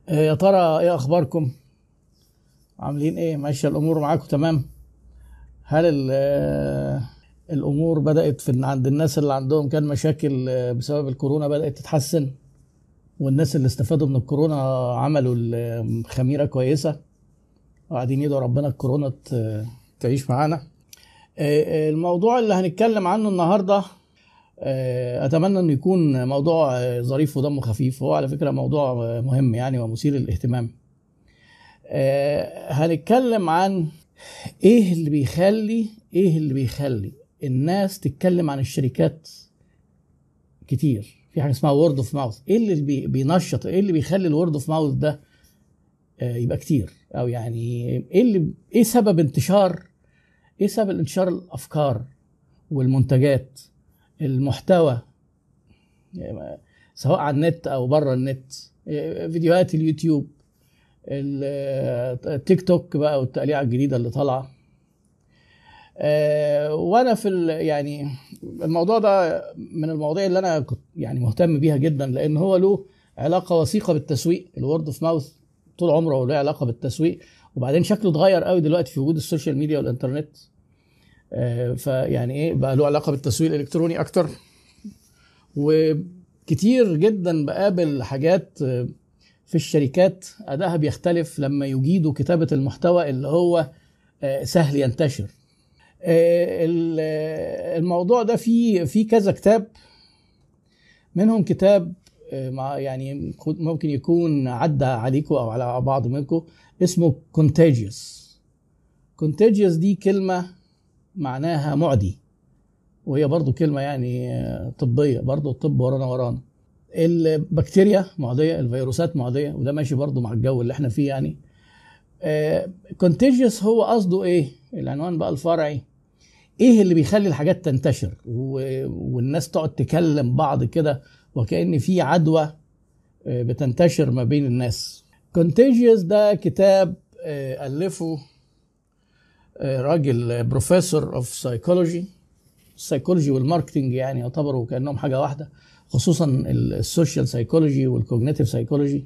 يا ترى ايه اخباركم؟ عاملين ايه؟ ماشيه الامور معاكم تمام؟ هل الامور بدات عند الناس اللي عندهم كان مشاكل بسبب الكورونا بدات تتحسن، والناس اللي استفادوا من الكورونا عملوا خميره كويسه وقاعدين يدعوا ربنا الكورونا تعيش معانا. الموضوع اللي هنتكلم عنه النهارده اتمنى انه يكون موضوع ظريف ودمه خفيف. هو على فكره موضوع مهم يعني ومثير للاهتمام. هنتكلم عن ايه اللي بيخلي الناس تتكلم عن الشركات كتير. في حاجه اسمها وورد اوف ماوث. ايه اللي بينشط، ايه اللي بيخلي الوورد اوف ماوث ده يبقى كتير، او يعني ايه سبب انتشار الافكار والمنتجات، المحتوى، سواء على النت او بره النت، فيديوهات اليوتيوب، التيك توك بقى والتقليعه الجديده اللي طالعه. وانا يعني الموضوع ده من المواضيع اللي انا كنت يعني مهتم بيها جدا، لان هو له علاقه وثيقه بالتسويق. الورد اوف ماوث طول عمره له علاقه بالتسويق، وبعدين شكله اتغير قوي دلوقتي في وجود السوشيال ميديا والانترنت. فيعني ايه بقى له علاقه بالتسويق الالكتروني اكتر. وكتير جدا بقابل حاجات في الشركات ادائها بيختلف لما يجيدوا كتابه المحتوى اللي هو سهل ينتشر. الموضوع ده فيه كذا كتاب، منهم كتاب يعني ممكن يكون عدى عليكم او على بعض منكم، اسمه Contagious. دي كلمة معناها معدي، وهي برضو كلمة يعني طبية، برضو الطب ورانا. البكتيريا معدية، الفيروسات معدية، وده ماشي برضو مع الجو اللي احنا فيه يعني. Contagious هو قصده ايه؟ العنوان بقى الفرعي، ايه اللي بيخلي الحاجات تنتشر والناس تقعد تكلم بعض كده وكأن في عدوى بتنتشر ما بين الناس. Contagious ده كتاب ألفه راجل بروفيسور اوف سايكولوجي والماركتينج، يعني يعتبروا كأنهم حاجة واحدة، خصوصا السوشيال سايكولوجي والكوجنيتيف سايكولوجي.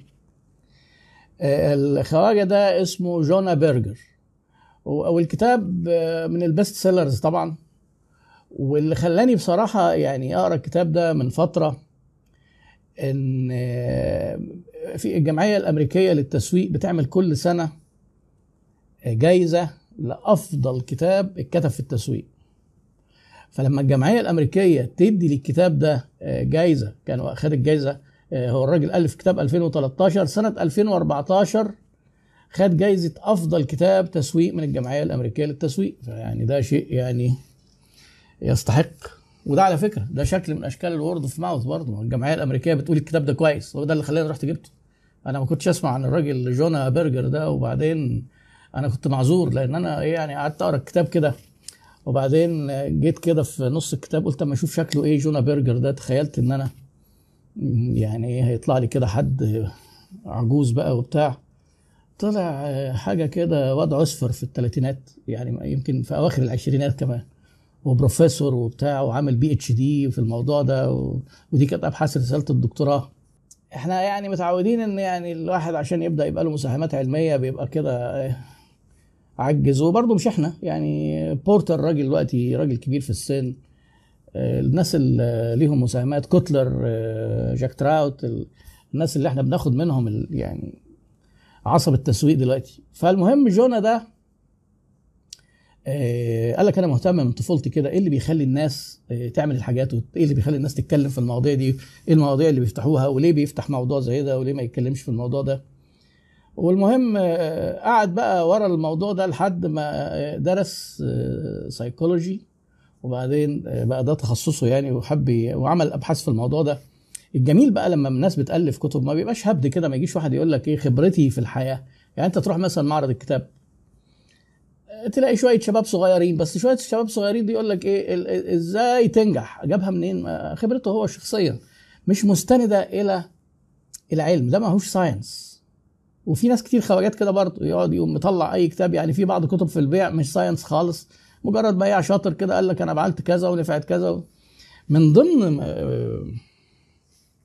الخواجة ده اسمه جونا بيرجر، والكتاب من البست سيلرز طبعا. واللي خلاني بصراحة يعني أقرأ الكتاب ده من فترة، إن في الجمعية الأمريكية للتسويق بتعمل كل سنة جايزة لأفضل كتاب اتكتب في التسويق. فلما الجمعية الأمريكية تدي للكتاب ده جايزة، كانوا أخذ الجايزة، هو الراجل ألف كتاب 2013، سنة 2014 خد جايزة أفضل كتاب تسويق من الجمعية الأمريكية للتسويق. فيعني ده شيء يعني يستحق. وده على فكرة ده شكل من أشكال الورد اوف ماوث برضه. الجمعية الأمريكية بتقول الكتاب ده كويس، هو ده اللي خلاني رحت جبته. أنا ما كنتش أسمع عن الراجل جونا بيرجر ده، وبعدين أنا كنت معذور لأن أنا يعني قعدت أقرأ الكتاب كده، وبعدين جيت كده في نص الكتاب قلت أما أشوف شكله إيه جونا بيرجر ده. تخيلت إن أنا يعني هيطلع لي كده حد عجوز بقى وبتاع، طلع حاجة كده وضع أصفر في الثلاثينات، يعني يمكن في أواخر العشرينات كمان، وبروفيسور وبتاع وعامل PhD في الموضوع ده ودي كانت أبحاث رسالة الدكتوراه. احنا يعني متعودين ان يعني الواحد عشان يبدأ يبقى له مساهمات علمية بيبقى كده عجز، وبرضه مش احنا يعني. بورتر راجل دلوقتي راجل كبير في السن، الناس اللي ليهم مساهمات، كوتلر، جاك تراوت، الناس اللي احنا بناخد منهم يعني عصب التسويق دلوقتي. فالمهم جونا ده قال لك انا مهتم من طفولتي كده ايه اللي بيخلي الناس تعمل الحاجات، وايه اللي بيخلي الناس تتكلم في المواضيع دي، ايه المواضيع اللي بيفتحوها، وليه بيفتح موضوع زي ده وليه ما يتكلمش في الموضوع ده. والمهم قعد بقى ورا الموضوع ده لحد ما درس سايكولوجي، وبعدين بقى ده تخصصه يعني، وعمل ابحاث في الموضوع ده. الجميل بقى لما الناس بتألف كتب ما بيبقاش هبد كده، ما يجيش واحد يقول لك ايه خبرتي في الحياة. يعني انت تروح مثلا معرض الكتاب تلاقي شوية شباب صغيرين، بس شوية الشباب صغيرين دي يقول لك ايه ازاي تنجح، جابها منين؟ خبرته هو شخصيا، مش مستندة الى العلم، ده ما هوش ساينس. وفي ناس كتير خواجات كده برضه يقوم مطلع اي كتاب، يعني في بعض كتب في البيع مش ساينس خالص، مجرد بياع شاطر كده قال لك انا فعلت كذا ونفعت كذا. من ضمن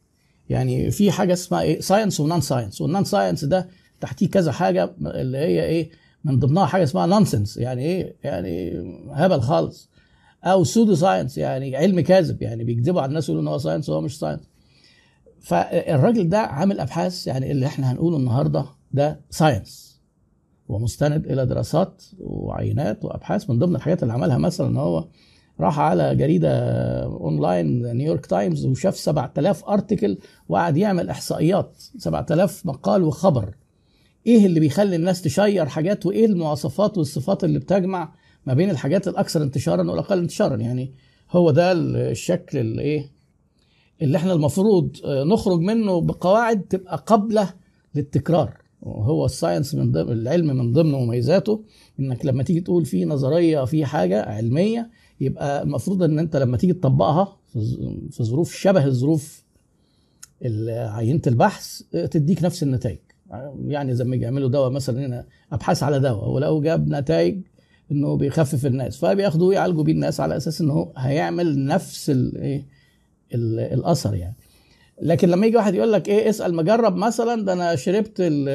يعني في حاجه اسمها ايه ساينس ونون ساينس، والنون ساينس ده تحتيه كذا حاجه اللي هي ايه من ضمنها حاجه اسمها نونسنس، يعني ايه يعني هبل خالص، او سودو ساينس يعني علم كاذب، يعني بيكذبوا على الناس يقولوا ان هو ساينس وهو مش ساينس. فالراجل ده عامل ابحاث، يعني اللي احنا هنقوله النهارده ده ساينس ومستند الى دراسات وعينات وابحاث. من ضمن الحاجات اللي عملها مثلا ان هو راح على جريده اونلاين نيويورك تايمز وشاف 7000 ارتكل وقعد يعمل احصائيات، 7000 مقال وخبر، ايه اللي بيخلي الناس تشير حاجات، وايه المواصفات والصفات اللي بتجمع ما بين الحاجات الاكثر انتشارا والاقل انتشارا. يعني هو ده الشكل اللي احنا المفروض نخرج منه بقواعد تبقى قابلة للتكرار. وهو الساينس من ضمن العلم، من ضمن مميزاته انك لما تيجي تقول في نظرية في حاجة علمية، يبقى المفروض ان انت لما تيجي تطبقها في ظروف شبه الظروف عينة البحث تديك نفس النتائج. يعني زي ما يعملوا دواء مثلا، هنا ابحاث على دواء ولو جاب نتائج انه بيخفف الناس، فبياخدوه يعالجوا بيه الناس على اساس انه هيعمل نفس الاثر يعني. لكن لما يجي واحد يقول لك ايه اسال مجرب مثلا، ده انا شربت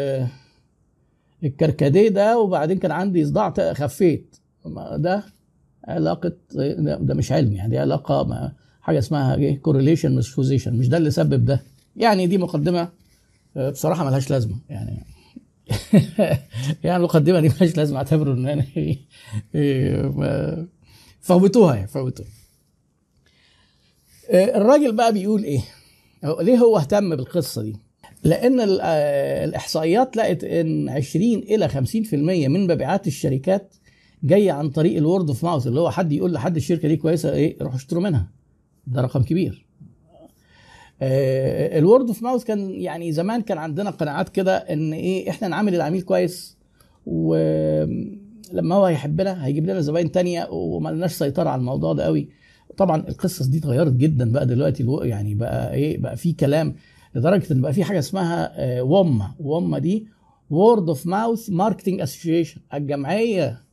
الكركديه ده وبعدين كان عندي صداع خفيت، ده علاقه، ده مش علم يعني، دي علاقه مع حاجه اسمها ايه كورليشن مش كوزيشن، مش ده اللي سبب ده. يعني دي مقدمه بصراحه ملهاش لازمه يعني. يعني المقدمه دي ملهاش لازمه، اعتبروا ان انا فوتوها يعني فوتوها. الراجل بقى بيقول ايه، ليه هو اهتم بالقصه دي؟ لان الاحصائيات لقت ان 20 الى 50% من مبيعات الشركات جايه عن طريق الورد اوف ماوث، اللي هو حد يقول لحد الشركه دي كويسه ايه روحوا اشتروا منها. ده رقم كبير. الورد اوف ماوث كان يعني زمان كان عندنا قناعات كده ان ايه احنا نعامل العميل كويس، ولما هو هيحبنا هيجيب لنا زباين تانية، وما لناش سيطره على الموضوع ده قوي. طبعا القصص دي اتغيرت جدا بقى دلوقتي، يعني بقى ايه بقى في كلام لدرجه ان بقى في حاجه اسمها وما دي وورد اوف ماوث ماركتنج اسوشيشن، الجمعيه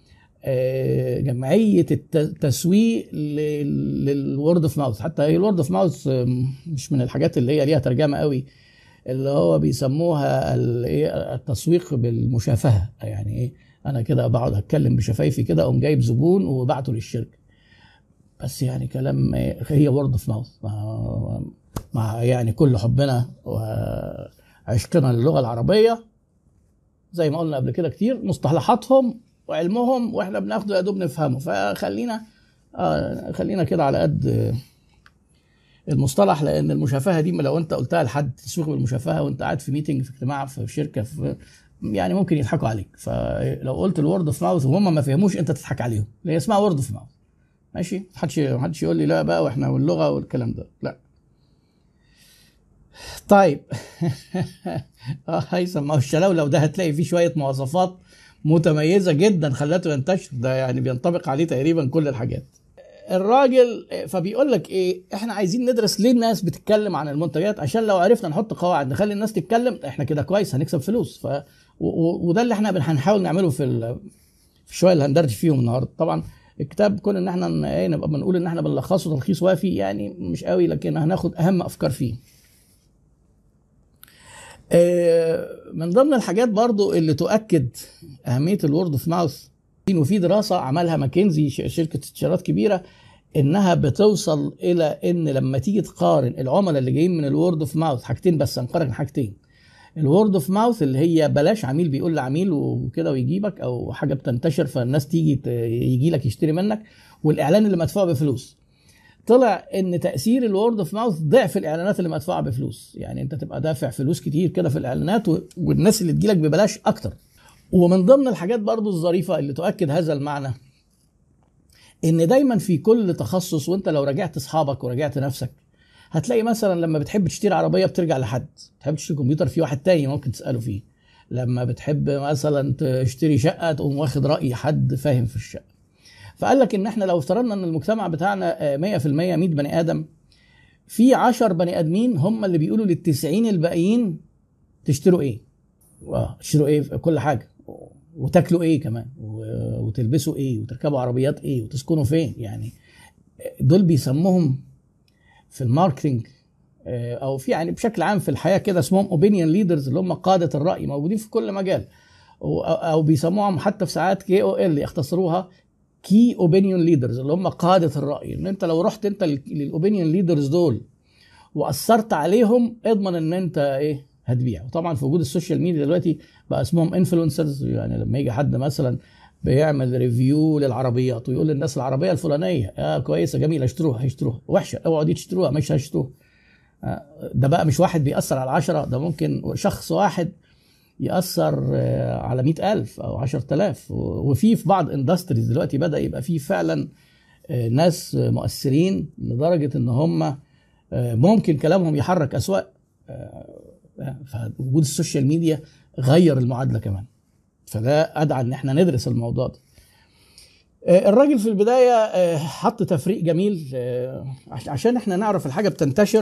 جمعيه التسويق للورد اوف ماوث. حتى هي الورد اوف ماوث مش من الحاجات اللي هي ليها ترجمه قوي، اللي هو بيسموها التسويق بالمشافهه. يعني ايه انا كده بقعد اتكلم بشفايفي كده اقوم جايب زبون وبعته للشركه، بس يعني كلام هي وورد اوف ماوث، مع يعني كل حبنا وعشقنا للغه العربيه زي ما قلنا قبل كده كتير، مصطلحاتهم وعلمهم واحنا بناخده يا دوب نفهمه، فخلينا خلينا كده على قد المصطلح. لان المشافهه دي لو انت قلتها لحد تسويق بالمشافهه وانت قاعد في ميتنج في اجتماع في شركه يعني ممكن يضحكوا عليك. فلو قلت الورد اوف ماوث وهم ما فهموش انت تضحك عليهم، اللي هي اسمها وورد اوف ماوث. ماشي، محدش يقول لي لا بقى واحنا واللغه والكلام ده، لا. طيب هيثم، ما هو الشلولو ده هتلاقي فيه شويه مواصفات متميزه جدا خلته ينتشر، ده يعني بينطبق عليه تقريبا كل الحاجات. الراجل فبيقول لك ايه، احنا عايزين ندرس ليه الناس بتتكلم عن المنتجات، عشان لو عرفنا نحط قواعد نخلي الناس تتكلم احنا كده كويس هنكسب فلوس. وده اللي احنا هنحاول نعمله في الشويه اللي هندرج فيهم النهارده. طبعا الكتاب كون ان احنا نبقى بنقول ان احنا بنلخصه تلخيص وافي يعني مش قوي، لكن هناخد اهم افكار فيه. من ضمن الحاجات برضو اللي تؤكد اهميه الورد اوف ماوث، وفي دراسه عملها ماكنزي شركه استشارات كبيره، انها بتوصل الى ان لما تيجي تقارن العملاء اللي جايين من الورد اوف ماوث، حاجتين بس هنقارن حاجتين، الورد اوف ماوث اللي هي بلاش عميل بيقول لعميل وكده ويجيبك، او حاجه بتنتشر فالناس يجي لك يشتري منك، والاعلان اللي مدفوع بفلوس. طلع ان تاثير الورد اوف ماوث ضعف الاعلانات اللي مدفوعه بفلوس. يعني انت تبقى دافع فلوس كتير كده في الاعلانات والناس اللي تجيلك ببلاش اكتر. ومن ضمن الحاجات برضو الظريفه اللي تؤكد هذا المعنى، ان دايما في كل تخصص، وانت لو راجعت اصحابك وراجعت نفسك هتلاقي مثلا لما بتحب تشتري عربيه بترجع لحد، بتحب تشتري كمبيوتر في واحد تاني ممكن تساله فيه، لما بتحب مثلا تشتري شقه تقوم واخد راي حد فاهم في الشقه. فقال لك ان احنا لو افترضنا ان المجتمع بتاعنا 100% 100 بني ادم، في 10 بني ادمين هم اللي بيقولوا لل90 الباقيين تشتروا ايه، تشتروا ايه في كل حاجه، وتاكلوا ايه كمان، وتلبسوا ايه، وتركبوا عربيات ايه، وتسكنوا فين. يعني دول بيسموهم في الماركتينج او في يعني بشكل عام في الحياه كده اسمهم اوبينيون ليدرز، اللي هم قاده الراي، موجودين في كل مجال، او بيسموهم حتى في ساعات KOL يختصروها كي اوبينيون ليدرز، اللي هم قاده الراي. ان انت لو رحت انت للاوبينيون ليدرز دول واثرت عليهم، اضمن ان انت ايه هتبيع. وطبعا في وجود السوشيال ميديا دلوقتي بقى اسمهم انفلونسرز. يعني لما يجي حد مثلا بيعمل ريفيو للعربيات ويقول للناس العربيه الفلانيه كويسه جميله اشتروها، هيشتروها، وحشه اوعوا دي تشتروها، مش هيشتروها. ده بقى مش واحد بيأثر على 10، ده ممكن شخص واحد يأثر على 100,000 أو 10,000. وفي بعض اندستريز دلوقتي بدأ يبقى فيه فعلا ناس مؤثرين لدرجة ان هم ممكن كلامهم يحرك أسواق. فوجود السوشيال ميديا غير المعادلة كمان، فده أدعى ان احنا ندرس الموضوع ده. الراجل في البداية حط تفريق جميل عشان احنا نعرف الحاجة بتنتشر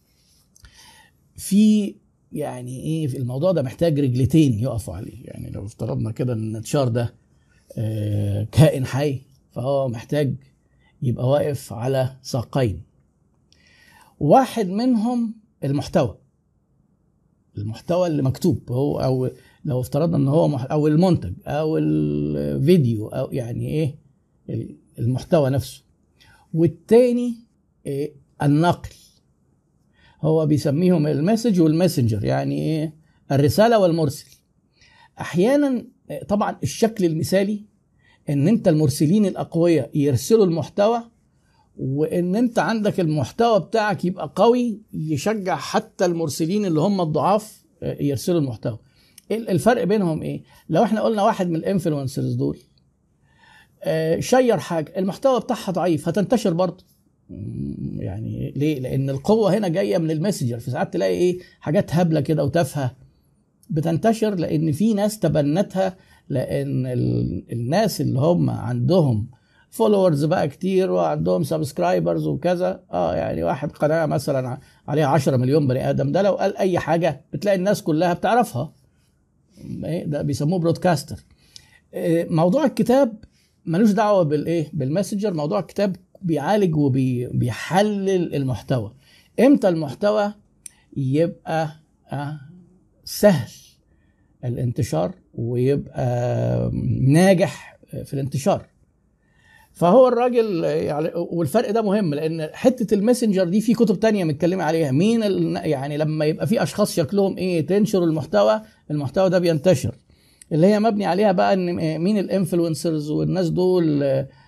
في يعني ايه. في الموضوع ده محتاج رجلتين يقفوا عليه. يعني لو افترضنا كده ان الانتشار ده كائن حي، فهو محتاج يبقى واقف على ساقين. واحد منهم المحتوى اللي مكتوب هو، او لو افترضنا ان هو او المنتج او الفيديو، او يعني ايه المحتوى نفسه. والتاني النقل، هو بيسميهم المسج والماسنجر، يعني ايه الرسالة والمرسل. احيانا طبعا الشكل المثالي ان انت المرسلين الاقوياء يرسلوا المحتوى، وان انت عندك المحتوى بتاعك يبقى قوي يشجع حتى المرسلين اللي هم الضعاف يرسلوا المحتوى. الفرق بينهم ايه؟ لو احنا قلنا واحد من الانفلونسرز دول شير حاجة المحتوى بتاعها ضعيف، هتنتشر برضه. يعني ليه؟ لان القوة هنا جاية من المسجر. في ساعات تلاقي ايه حاجات هبلة كده وتافهة بتنتشر لان في ناس تبنتها، لان الناس اللي هم عندهم فولورز بقى كتير وعندهم سبسكرايبرز وكذا، يعني واحد قناة مثلا عليها 10 مليون بني ادم، ده لو قال اي حاجة بتلاقي الناس كلها بتعرفها. ده بيسموه برودكاستر. موضوع الكتاب ملوش دعوة بالايه بالماسنجر. موضوع الكتاب بيعالج وبيحلل المحتوى. امتى المحتوى يبقى سهل الانتشار ويبقى ناجح في الانتشار. فهو الراجل يعني، والفرق ده مهم لان حتة الماسنجر دي في كتب تانية متكلمة عليها. مين يعني لما يبقى في اشخاص شكلهم ايه تنشر المحتوى ده بينتشر، اللي هي مبني عليها بقى ان مين الانفلونسرز والناس دول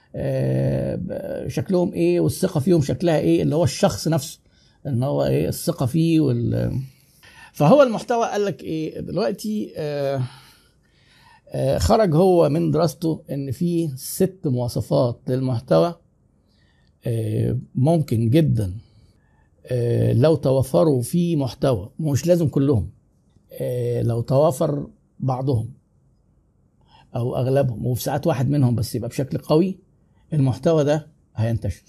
شكلهم ايه والثقة فيهم شكلها ايه، اللي هو الشخص نفسه ان هو ايه الثقة فيه فهو المحتوى قال لك ايه دلوقتي. خرج هو من دراسته ان في 6 مواصفات للمحتوى ممكن جدا لو توفروا في محتوى، مش لازم كلهم، لو توافر بعضهم او اغلبهم وفي ساعات واحد منهم بس يبقى بشكل قوي، المحتوى ده هينتشر.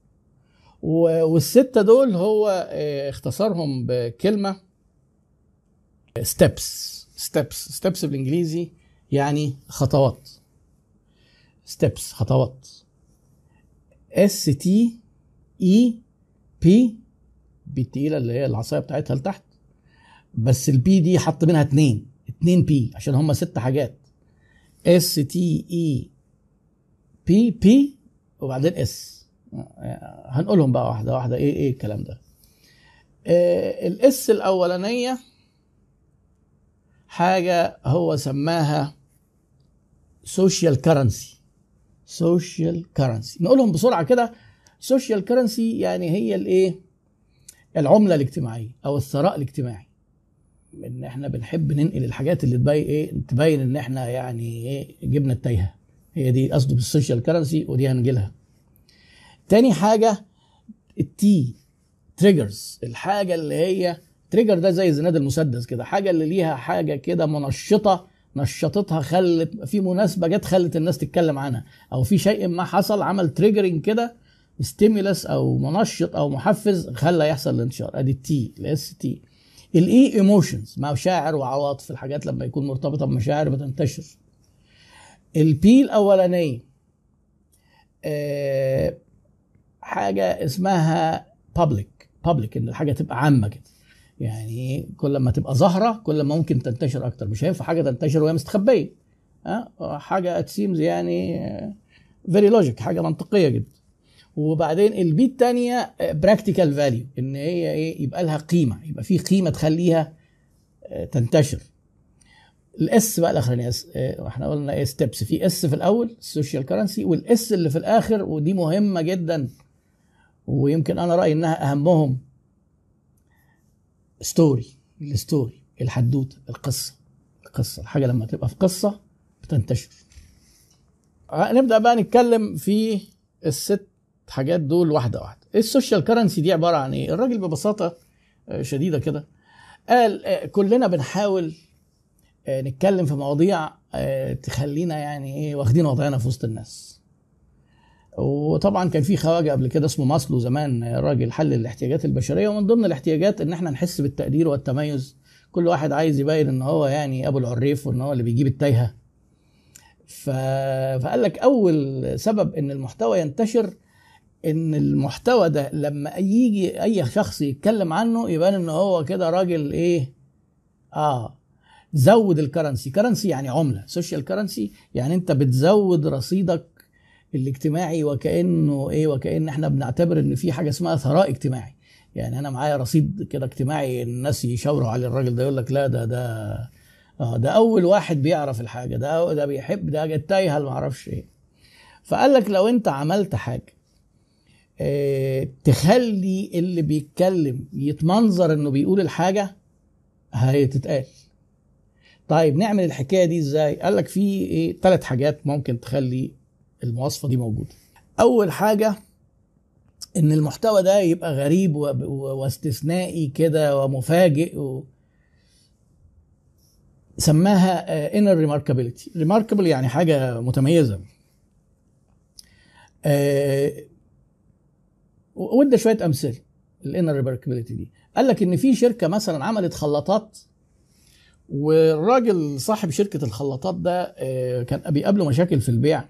والستة دول هو اختصرهم بكلمة steps بالانجليزي، يعني خطوات. خطوات STEP بالتقيلة اللي هي العصاية بتاعتها لتحت، بس البي دي حط منها 2 بي عشان هم 6 حاجات. STEP وبعدين اس. هنقولهم بقى واحدة واحدة ايه الكلام ده. الاس الاولانية حاجة هو سماها social currency. نقولهم بسرعة كده. social currency يعني هي الايه العملة الاجتماعية او الثراء الاجتماعي. ان احنا بنحب ننقل الحاجات اللي تبين ان احنا يعني ايه جبنا التايهة. هي دي قصده بالسوشيال كرنسي، ودي هنجيلها. تاني حاجة التي تريجرز. الحاجة اللي هي تريجر ده زي زناد المسدس كده، حاجة اللي ليها حاجة كده منشطة نشطتها، خلت في مناسبة جت خلت الناس تتكلم عنها، او في شيء ما حصل عمل تريجرنج كده، ستيمولس او منشط او محفز خلى يحصل الانتشار. ادي التي الاس تي. الاي ايموشنز، مشاعر وعواطف، الحاجات لما يكون مرتبطة بمشاعر بتنتشر. البي الاولانية حاجة اسمها public. بابليك، ان الحاجه تبقى عامه كده. يعني كل ما تبقى ظاهره كل ما ممكن تنتشر اكتر. مش هينفع حاجه تنتشر وهي مستخبيه. حاجه اتسيمز يعني فيري لوجيك، حاجه منطقيه جدا. وبعدين البي الثانيه براكتيكال فاليو، ان هي ايه؟ يبقى لها قيمه، يبقى في قيمه تخليها تنتشر. الاس بقى الاخرانيه، احنا قلنا ايه؟ ستيبس. في اس في الاول السوشيال كرنسي، والاس اللي في الاخر ودي مهمه جدا، ويمكن انا رايي انها اهمهم، ستوري. الستوري، الحدوته، القصه. الحاجه لما تبقى في قصه بتنتشر. نبدا بقى نتكلم في الست حاجات دول واحده واحده. السوشيال كرنسي دي عباره عن ايه؟ الراجل ببساطه شديده كده قال كلنا بنحاول نتكلم في مواضيع تخلينا يعني ايه؟ واخدين وضعنا في وسط الناس. وطبعا كان في خواجه قبل كده اسمه ماسلو زمان، راجل حل الاحتياجات البشريه، ومن ضمن الاحتياجات ان احنا نحس بالتقدير والتميز. كل واحد عايز يبين ان هو يعني ابو العريف وان هو اللي بيجيب التايهه. فقال لك اول سبب ان المحتوى ينتشر ان المحتوى ده لما يجي اي شخص يتكلم عنه يبان ان هو كده راجل ايه؟ زود الكرنسي. كرنسي يعني عمله، سوشيال كرنسي يعني انت بتزود رصيدك الاجتماعي، وكانه ايه؟ وكأن احنا بنعتبر ان في حاجه اسمها ثراء اجتماعي. يعني انا معايا رصيد كده اجتماعي، الناس يشاوروا على الراجل ده، يقول لك لا ده اول واحد بيعرف الحاجه، ده بيحب، ده التايهه اللي ما اعرفش ايه. فقال لك لو انت عملت حاجه تخلي اللي بيتكلم يتمنظر انه بيقول الحاجه، هتتقال. طيب نعمل الحكايه دي ازاي؟ قال لك في ايه؟ 3 حاجات ممكن تخلي المواصفه دي موجوده. اول حاجه ان المحتوى ده يبقى غريب واستثنائي كده ومفاجئ سماها inner remarkability. remarkable يعني حاجه متميزه. وده شويه امثله الانر ريماركابيلتي دي. قال لك ان في شركه مثلا عملت خلاطات، والراجل صاحب شركه الخلاطات ده كان بيقابله مشاكل في البيع،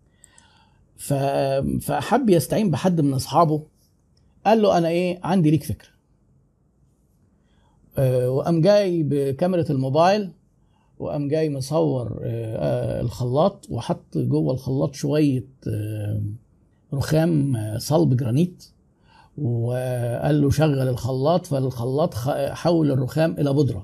فحب يستعين بحد من اصحابه. قال له انا ايه؟ عندي ليك فكره. وقام جاي بكاميرا الموبايل، وقام جاي مصور الخلاط، وحط جوه الخلاط شويه رخام صلب جرانيت، وقال له شغل الخلاط. فالخلاط حول الرخام الى بودره،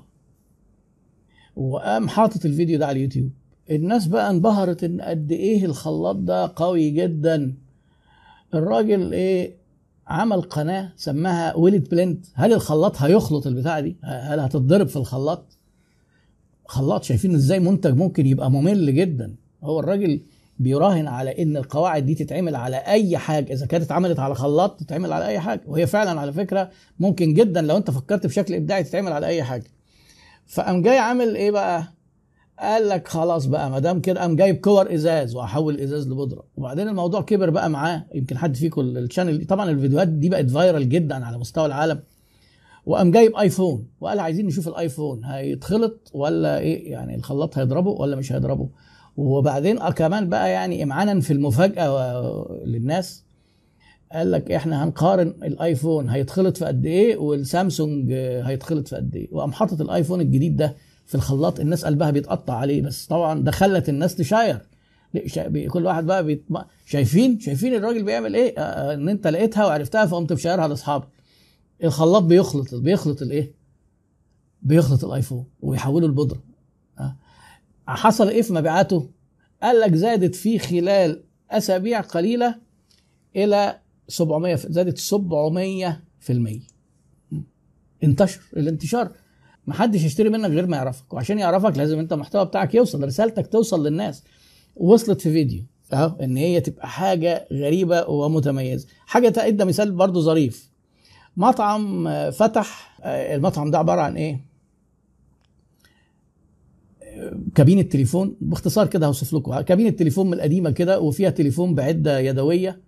وقام حاطط الفيديو ده على اليوتيوب. الناس بقى انبهرت ان قد ايه الخلاط ده قوي جدا. الراجل ايه؟ عمل قناه سماها ويلت بلند. هل الخلاط هيخلط البتاعه دي؟ هل هتتضرب في الخلاط؟ خلاط شايفين ازاي منتج ممكن يبقى ممل جدا. هو الراجل بيراهن على ان القواعد دي تتعمل على اي حاجه، اذا كانت اتعملت على خلاط تتعمل على اي حاجه، وهي فعلا على فكره ممكن جدا لو انت فكرت بشكل ابداعي تتعمل على اي حاجه. فقام جاي عامل ايه بقى؟ قال لك خلاص بقى ما دام كده، قام جايب كور ازاز واحول الازاز لبودره. وبعدين الموضوع كبر بقى معاه. يمكن حد فيكم الشانل طبعا الفيديوهات دي بقت فايرال جدا على مستوى العالم. وقام جايب ايفون وقال عايزين نشوف الايفون هيتخلط ولا ايه، يعني الخلاط هيضربه ولا مش هيضربه. وبعدين كمان بقى يعني امعانا في المفاجاه للناس، قال لك احنا هنقارن الايفون هيتخلط في قد ايه والسامسونج هيتخلط في قد ايه. وقام حاطط الايفون الجديد ده في الخلاط. الناس قلبها بيتقطع عليه، بس طبعا ده خلت الناس تشاير. كل واحد بقى شايفين الراجل بيعمل ايه. ان انت لقيتها وعرفتها فقمت مشايرها لاصحابك. الخلاط بيخلط الايه؟ بيخلط الايفون ويحوله لبودره. حصل ايه في مبيعاته؟ قال لك زادت في خلال اسابيع قليله الى 700، زادت 700%. انتشر. الانتشار محدش يشتري منك غير ما يعرفك، وعشان يعرفك لازم انت المحتوى بتاعك يوصل، رسالتك توصل للناس. وصلت في فيديو اهو، ان هي تبقى حاجه غريبه ومتميزه. حاجه ادى مثال برضو ظريف. مطعم فتح، المطعم ده عباره عن ايه؟ كابينه تليفون. باختصار كده هوصف لكم. كابينه تليفون من القديمه كده، وفيها تليفون بعده يدويه،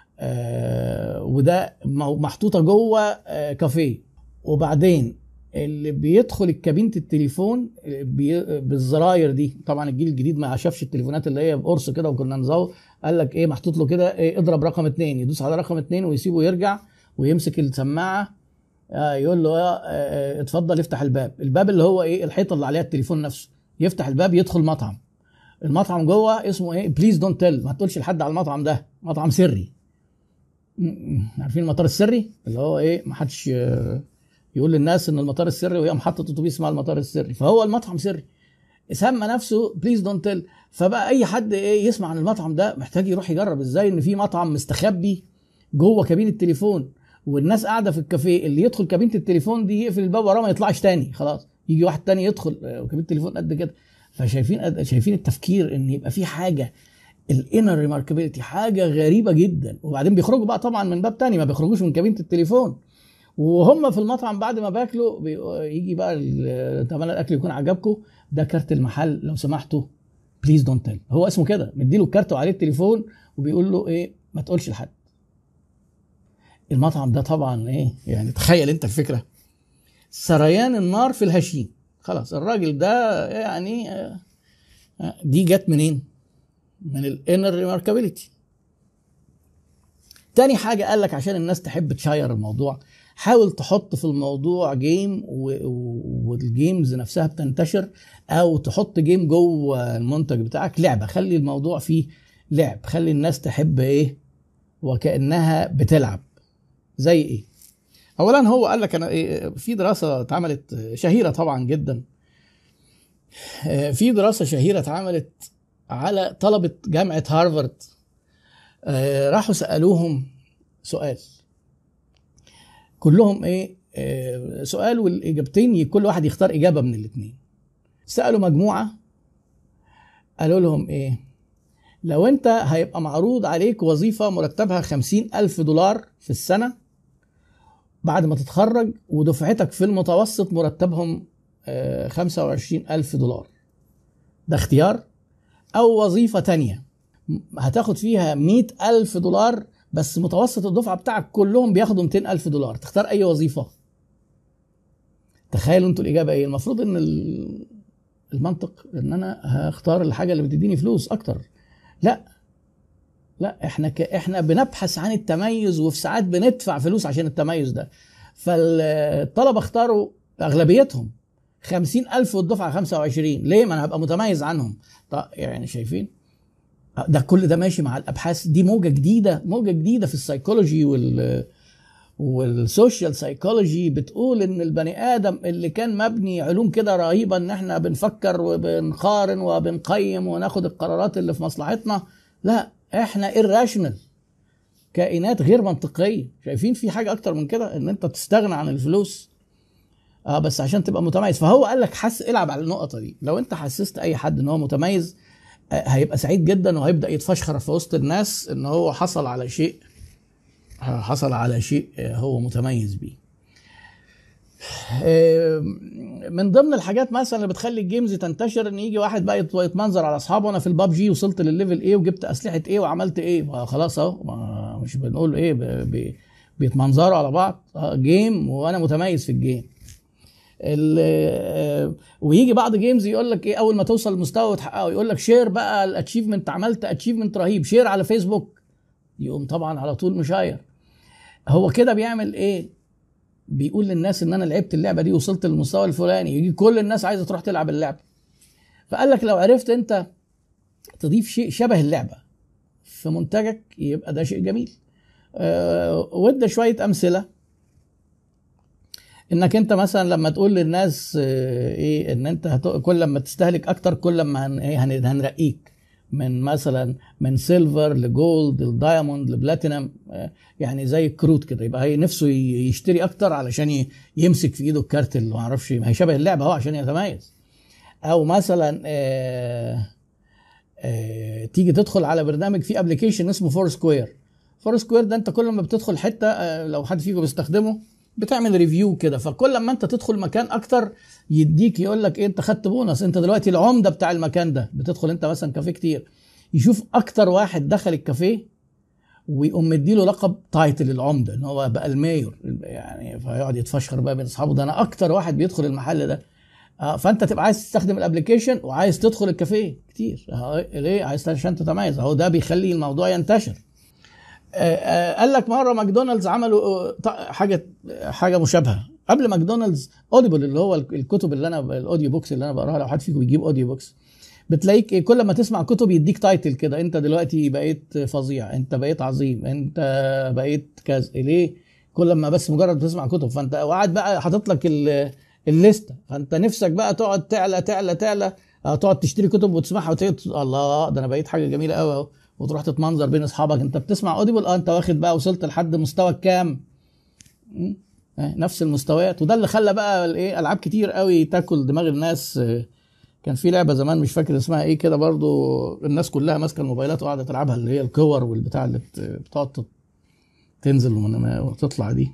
وده محطوطه جوه كافيه. وبعدين اللي بيدخل الكابينه التليفون بالزراير دي، طبعا الجيل الجديد ما شافش التليفونات اللي هي بقرص كده وكنا نزوق. قال لك ايه؟ محطوط له كده ايه؟ اضرب رقم 2، يدوس على رقم 2 ويسيبه يرجع ويمسك السماعه يقول له اتفضل افتح الباب اللي هو ايه الحيطه اللي عليها التليفون نفسه، يفتح الباب يدخل مطعم. المطعم جوه اسمه ايه؟ بليز دونت تيل، ما تقولش لحد على المطعم ده، مطعم سري. عارفين المطار السري اللي هو ايه؟ ما حدش يقول للناس ان المطار السري وهي محطه اتوبيس اسمها المطار السري، فهو المطعم سري سمى نفسه بليز دونت تيل. فبقى اي حد ايه يسمع عن المطعم ده محتاج يروح يجرب ازاي ان في مطعم مستخبي جوه كابينه التليفون، والناس قاعده في الكافيه، اللي يدخل كابينه التليفون دي يقفل الباب وراه ما يطلعش تاني، خلاص يجي واحد تاني يدخل وكابينه التليفون قد كده. فشايفين التفكير ان يبقى في حاجه الانر ريماركابيلتي، حاجه غريبه جدا. وبعدين بيخرجوا بقى طبعا من باب تاني، ما بيخرجوش من كابينه التليفون، وهم في المطعم بعد ما باكلوا يجي بقى طبعا الاكل يكون عجبكم، ده كارت المحل لو سمحتوا بليز دونت تيل. هو اسمه كده، مديله الكارت وعليه التليفون وبيقول له ايه؟ ما تقولش لحد. المطعم ده طبعا ايه يعني، تخيل انت الفكره، سريان النار في الهشيم. خلاص الراجل ده يعني دي جت منين؟ من الانر ريماركابيلتي. تاني حاجه قال لك عشان الناس تحب تشير الموضوع، حاول تحط في الموضوع جيم والجيمز نفسها بتنتشر، او تحط جيم جوه المنتج بتاعك، لعبه، خلي الموضوع فيه لعب، خلي الناس تحب ايه وكأنها بتلعب. زي ايه؟ اولا هو قال لك انا إيه، في دراسه اتعملت شهيره طبعا جدا، في دراسه شهيره اتعملت على طلبه جامعه هارفارد. راحوا سالوهم سؤال، كلهم ايه سؤال والاجابتين كل واحد يختار اجابه من الاثنين. سالوا مجموعه قالوا لهم ايه؟ لو انت هيبقى معروض عليك وظيفه مرتبها $50,000 في السنه بعد ما تتخرج، ودفعتك في المتوسط مرتبهم $25,000، ده اختيار. او وظيفة تانية هتاخد فيها $100,000 بس متوسط الدفعة بتاعك كلهم بياخدوا $200,000، تختار اي وظيفة؟ تخيلوا انتوا الاجابة ايه؟ المفروض ان المنطق ان انا هختار الحاجة اللي بتديني فلوس اكتر. لا احنا بنبحث عن التميز، وفي ساعات بندفع فلوس عشان التميز ده. فالطلبة اختاروا اغلبيتهم 50,000 والدفعة 25. ليه؟ ما انا هبقى متميز عنهم. طيب يعني شايفين ده كل ده ماشي مع الابحاث دي. موجة جديدة في السايكولوجي والسوشيال سايكولوجي بتقول ان البني ادم اللي كان مبني علوم كده رهيبة ان احنا بنفكر وبنقارن وبنقيم وناخد القرارات اللي في مصلحتنا، لا احنا irrational، كائنات غير منطقية. شايفين في حاجة اكتر من كده، ان انت تستغنى عن الفلوس بس عشان تبقى متميز. فهو قال لك العب على النقطة دي. لو انت حسست اي حد ان هو متميز هيبقى سعيد جدا، وهيبدأ يتفشخر في وسط الناس ان هو حصل على شيء هو متميز بيه. من ضمن الحاجات مثلا اللي بتخلي الجيمز تنتشر ان يجي واحد بقى يتمنظر على اصحابه، انا في البابجي وصلت للليفل ايه وجبت اسلحه ايه وعملت ايه. خلاص اهو، مش بنقول ايه بيتمنظروا على بعض، جيم وانا متميز في الجيم. ويجي بعض جيمز يقول لك ايه اول ما توصل لمستوى وتحققه يقول لك شير بقى الاتشيفمنت، عملت اتشيفمنت رهيب، شير على فيسبوك، يقوم طبعا على طول مشاير. هو كده بيعمل ايه؟ بيقول للناس ان انا لعبت اللعبه دي وصلت للمستوى الفلاني، يجي كل الناس عايزه تروح تلعب اللعبه. فقال لك لو عرفت انت تضيف شيء شبه اللعبه في منتجك يبقى ده شيء جميل. وده شويه امثله انك انت مثلا لما تقول للناس ايه ان انت كل لما تستهلك اكتر كل لما هنرقيك من سيلفر لجولد لدايموند لبلاتينم، يعني زي الكروت كده، يبقى هي نفسه يشتري اكتر علشان يمسك في ايده الكارت اللي ما اعرفش، ما هي شبه اللعبه اهو عشان يتميز. او مثلا تيجي تدخل على برنامج فيه ابلكيشن اسمه فور سكوير ده انت كل ما بتدخل حته لو حد فيكم بيستخدمه بتعمل ريفيو كده، فكل ما انت تدخل مكان اكتر يديك يقول لك ايه انت خدت بونص، انت دلوقتي العمده بتاع المكان ده. بتدخل انت مثلا كافيه كتير، يشوف اكتر واحد دخل الكافيه ويقوم مديله لقب تايتل العمده ان هو بقى المايور يعني، فيقعد يتفشخر بقى بين اصحابه ده انا اكتر واحد بيدخل المحل ده. فانت تبقى عايز تستخدم الابلكيشن وعايز تدخل الكافيه كتير. ليه؟ عايز عشان تتميز. اهو ده بيخلي الموضوع ينتشر. قال لك مره ماكدونالدز عملوا حاجه مشابهه. قبل ماكدونالدز اوديبل، اللي هو الكتب اللي انا الاوديو بوكس اللي انا بقراها، لو حد فيكم يجيب اوديو بوكس بتلاقيك كل ما تسمع كتب يديك تايتل كده، انت دلوقتي بقيت فظيع، انت بقيت عظيم، انت بقيت كذا. ليه؟ كل ما بس مجرد تسمع كتب، فانت وقعد بقى حاطط لك الليسته، فانت نفسك بقى تقعد تعلى تعلى تعلى، تقعد تشتري كتب وتسمعها الله ده انا بقيت حاجه جميله قوي اهو، وتروح تتمنظر بين اصحابك انت بتسمع اوديبل. انت واخد بقى، وصلت لحد مستوى الكام؟ نفس المستويات. وده اللي خلى بقى الايه، العاب كتير قوي تاكل دماغ الناس. كان في لعبه زمان مش فاكر اسمها ايه كده برضو، الناس كلها ماسكه الموبايلات وقاعده تلعبها، اللي هي الكور والبتاع اللي بتقعد تنزل وتطلع دي.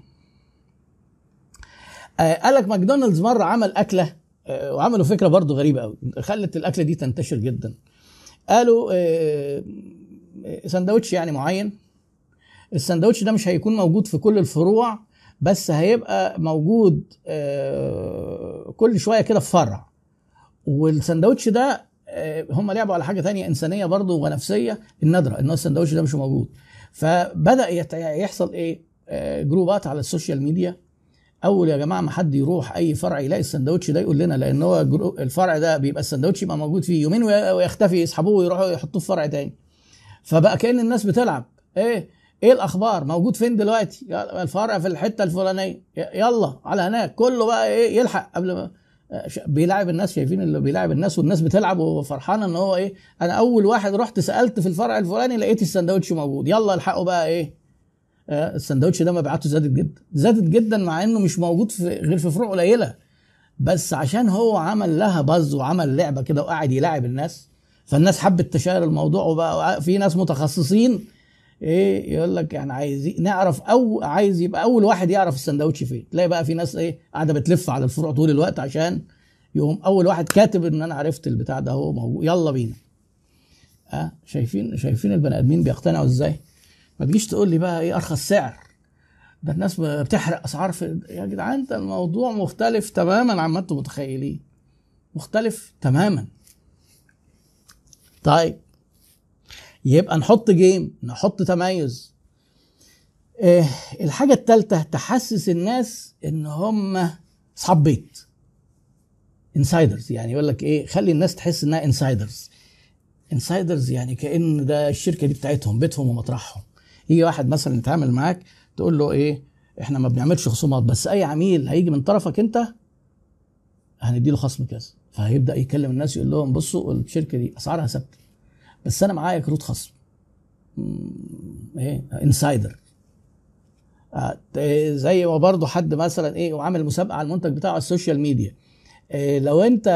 قال لك ماكدونالدز مره عمل اكله، وعملوا فكره برضو غريبه قوي خلت الاكله دي تنتشر جدا. قالوا سندوتش يعني معين، السندوتش ده مش هيكون موجود في كل الفروع، بس هيبقى موجود كل شويه كده في فرع. والسندوتش ده هم لعبوا على حاجه تانية انسانيه برضو ونفسيه، الندره ان السندوتش ده مش موجود. فبدا يحصل ايه، جروبات على السوشيال ميديا. اول يا جماعه ما حد يروح اي فرع يلاقي السندوتش ده يقول لنا، لان هو الفرع ده بيبقى السندوتش يبقى موجود فيه يومين ويختفي، يسحبوه ويروحوا يحطوه في فرع تاني. فبقى كأن الناس بتلعب ايه الاخبار، موجود فين دلوقتي، الفرع في الحته الفلانيه، يلا على هناك، كله بقى ايه يلحق قبل ما بيلاعب الناس. شايفين اللي بيلاعب الناس، والناس بتلعب وفرحانه ان هو ايه، انا اول واحد رحت سالت في الفرع الفلاني لقيت السندوتش موجود، يلا الحقوا بقى ايه. السندوتش ده مبيعاته زادت جدا مع انه مش موجود غير في فروع قليله، بس عشان هو عمل لها باز وعمل لعبه كده وقاعد يلاعب الناس، فالناس حبت تشاهر الموضوع. وبقى في ناس متخصصين ايه يقول لك يعني عايز نعرف، او عايز يبقى اول واحد يعرف السندوتش فين. تلاقي بقى في ناس ايه قاعده بتلف على الفروع طول الوقت عشان يوم اول واحد كاتب ان انا عرفت البتاع ده هو موجود، يلا بينا. شايفين البني ادمين بيقتنعوا ازاي. ما تجيش تقول لي بقى ايه ارخص سعر، ده الناس بتحرق اسعار يا جدعان، انت الموضوع مختلف تماما عن ما انتم متخيلين، مختلف تماما. طيب يبقى نحط جيم، نحط تميز. الحاجة الثالثة، تحسس الناس ان هم اصحاب بيت، انسايدرز. يعني يقول لك ايه، خلي الناس تحس انها انسايدرز، يعني كأن ده الشركة دي بتاعتهم، بيتهم ومطرحهم. يجي واحد مثلا يتعامل معاك تقول له ايه، احنا ما بنعملش خصومات، بس اي عميل هيجي من طرفك انت هنديله خصم كذا. فهيبدأ يكلم الناس يقول لهم بصوا الشركة دي اسعارها ثابتة، بس انا معايا كروت خصم. ايه انسايدر. زي ما برضو حد مثلا ايه وعامل مسابقه على المنتج بتاعه على السوشيال ميديا، لو انت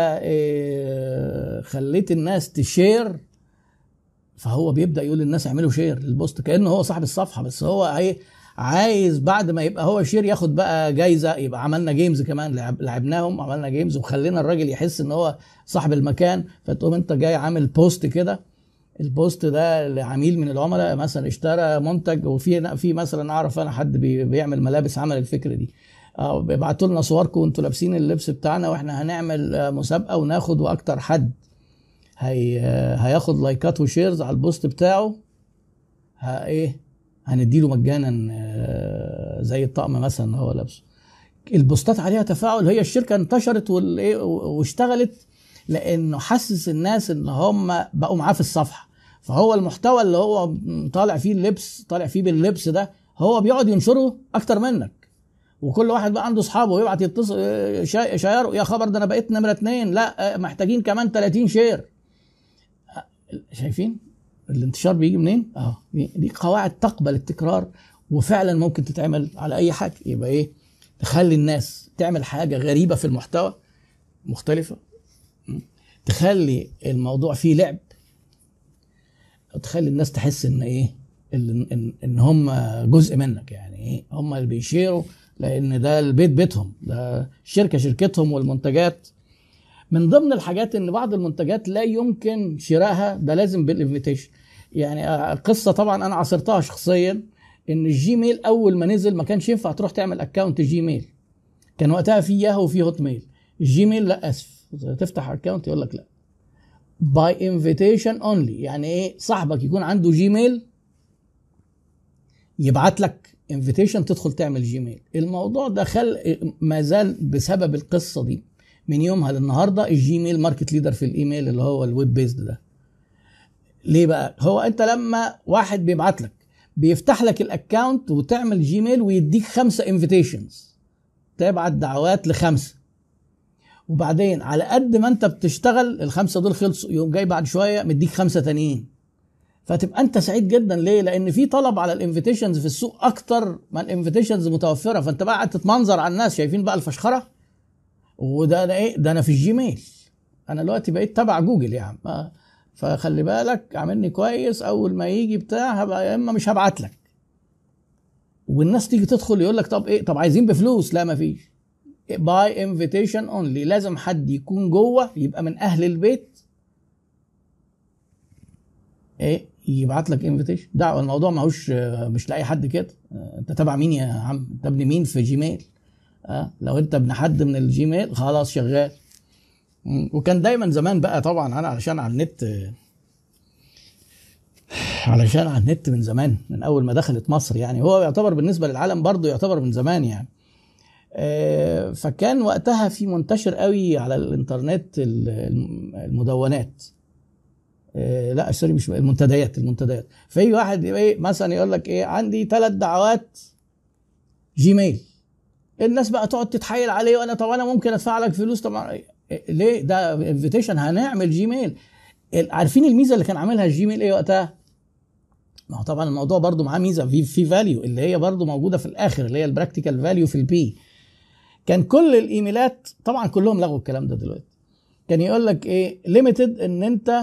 خليت الناس تشير، فهو بيبدا يقول للناس اعملوا شير للبوست، كانه هو صاحب الصفحه، بس هو عايز بعد ما يبقى هو شير ياخد بقى جايزه. يبقى عملنا جيمز كمان، لعبناهم، عملنا جيمز وخلينا الراجل يحس ان هو صاحب المكان. فتقوم انت جاي عامل بوست كده، البوست ده لعميل من العملاء مثلا اشترى منتج، وفي مثلا اعرف انا حد بيعمل ملابس عمل الفكره دي، بيبعتوا لنا صوركم وانتوا لابسين اللبس بتاعنا واحنا هنعمل مسابقه وناخد، واكتر حد هياخد لايكات وشيرز على البوست بتاعه هنديله مجانا زي الطقم مثلا هو لابسه. البوستات عليها تفاعل، هي الشركه انتشرت واشتغلت لانه حسس الناس ان هم بقوا معاه في الصفحه. فهو المحتوى اللي هو طالع فيه اللبس، طالع فيه باللبس ده، هو بيقعد ينشره اكتر منك، وكل واحد بقى عنده اصحابه ويبعت يتصل شيروا، يا خبر ده انا بقيت نمره 2، لا محتاجين كمان 30 شير. شايفين الانتشار بيجي منين؟ دي قواعد تقبل التكرار، وفعلا ممكن تتعمل على اي حاجه. يبقى ايه، تخلي الناس تعمل حاجه غريبه في المحتوى، مختلفه، تخلي الموضوع فيه لعب، تخلي الناس تحس ان ايه، ان هم جزء منك، يعني ايه هم اللي بيشيروا، لان ده البيت بيتهم، ده الشركه شركتهم، والمنتجات من ضمن الحاجات ان بعض المنتجات لا يمكن شرائها، ده لازم بالانفيتيشن. يعني قصه طبعا انا عاصرتها شخصيا، ان الجيميل اول ما نزل ما كانش ينفع تروح تعمل اكونت جيميل، كان وقتها في ياهو وفي هوت ميل. الجيميل لا، اسف، تفتح اكونت يقول لك لا، باي انفيتيشن اونلي. يعني ايه، صاحبك يكون عنده جيميل يبعت لك انفيتيشن تدخل تعمل جيميل. الموضوع ده ما زال بسبب القصه دي من يومها للنهارده الجيميل ماركت ليدر في الايميل اللي هو الويب بيزد ده. ليه بقى؟ هو انت لما واحد بيبعت لك بيفتح لك الاكونت وتعمل جيميل ويديك 5 انفيتيشنز، تبعت دعوات ل5، وبعدين على قد ما انت بتشتغل ال5 دول خلصوا، يوم جاي بعد شويه مديك 5 تانيين، فتبقى انت سعيد جدا. ليه؟ لان في طلب على الانفيتيشنز في السوق اكتر ما الانفيتيشنز متوفره، فانت بقى قاعد تتمنظر على الناس شايفين بقى الفشخره. وده انا ايه ده؟ انا في الجيميل، انا دلوقتي بقيت تبع جوجل يا عم. فخلي بالك عاملني كويس، اول ما يجي بتاع هبقى يا اما مش هبعت لك. والناس تيجي تدخل يقول لك طب ايه؟ طب عايزين بفلوس؟ لا مفيش، باي انفيتيشن اونلي. لازم حد يكون جوه يبقى من اهل البيت ايه يبعت لك انفيتيشن دعوه. الموضوع ماهوش مش لاي حد كده. انت تبع مين يا عم؟ انت ابن مين في جيميل؟ لو انت ابن حد من الجيميل خلاص شغال. وكان دايما زمان بقى طبعا انا علشان على النت من زمان، من اول ما دخلت مصر يعني، هو يعتبر بالنسبه للعالم برضه يعتبر من زمان يعني. فكان وقتها في منتشر قوي على الانترنت المدونات، لا سوري مش المنتديات. في واحد مثلا يقول لك ايه عندي 3 دعوات جيميل، الناس بقى تقعد تتحايل عليه، وانا طب انا ممكن ادفع لك فلوس طبعا. ليه؟ ده انفيتيشن، هنعمل جيميل. عارفين الميزه اللي كان عاملها الجيميل ايه وقتها؟ ما هو طبعا الموضوع برضو معاه ميزه في فاليو اللي هي برضو موجوده في الاخر، اللي هي البراكتيكال فاليو في البي. كان كل الايميلات طبعا كلهم لغوا الكلام ده دلوقتي، كان يقول لك ايه ليميتد ان انت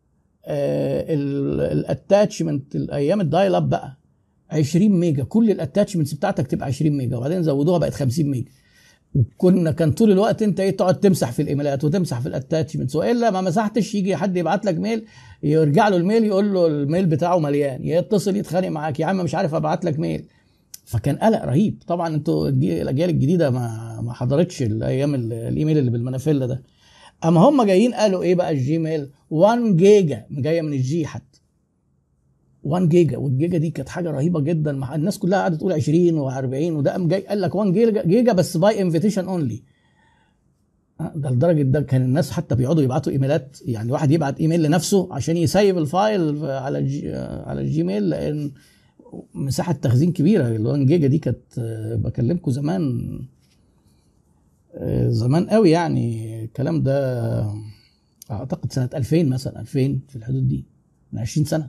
الاتاتشمنت الايام الدايل اب بقى 20 ميجا، كل الاتاتشمنتس بتاعتك تبقى 20 ميجا، وبعدين زودوها بقت 50 ميجا. كان طول الوقت انت تقعد تمسح في الايميلات وتمسح في الاتاتشمنتس، والا ما مسحتش يجي حد يبعت لك ميل، يرجع له الميل يقول له الميل بتاعه مليان، يتصل يتخانق معاك يا عم مش عارف ابعت لك ميل. فكان قلق رهيب. طبعا انتوا الاجيال الجديده ما حضرتش الايام الايميل اللي بالمنافله ده. اما هم جايين قالوا ايه بقى؟ الجيميل 1 جيجا، جايه من الجي حتى 1 جيجا، والجيجا دي كانت حاجه رهيبه جدا. مع الناس كلها قاعده تقول 20 و40، وده قام جاي قال لك 1 جيجا بس باي انفيتيشن اونلي. ده لدرجه ده كان الناس حتى بيقعدوا يبعتوا ايميلات، يعني واحد يبعت ايميل لنفسه عشان يسيب الفايل على الجيميل، لان مساحه تخزين كبيره. ال 1 جيجا دي كانت بكلمكم زمان قوي يعني. الكلام ده اعتقد سنه 2000 مثلا، 2000 في الحدود دي، من 20 سنه.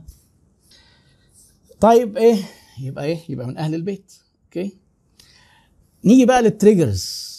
طيب يبقى من اهل البيت. اوكي، نيجي بقى للتريجرز.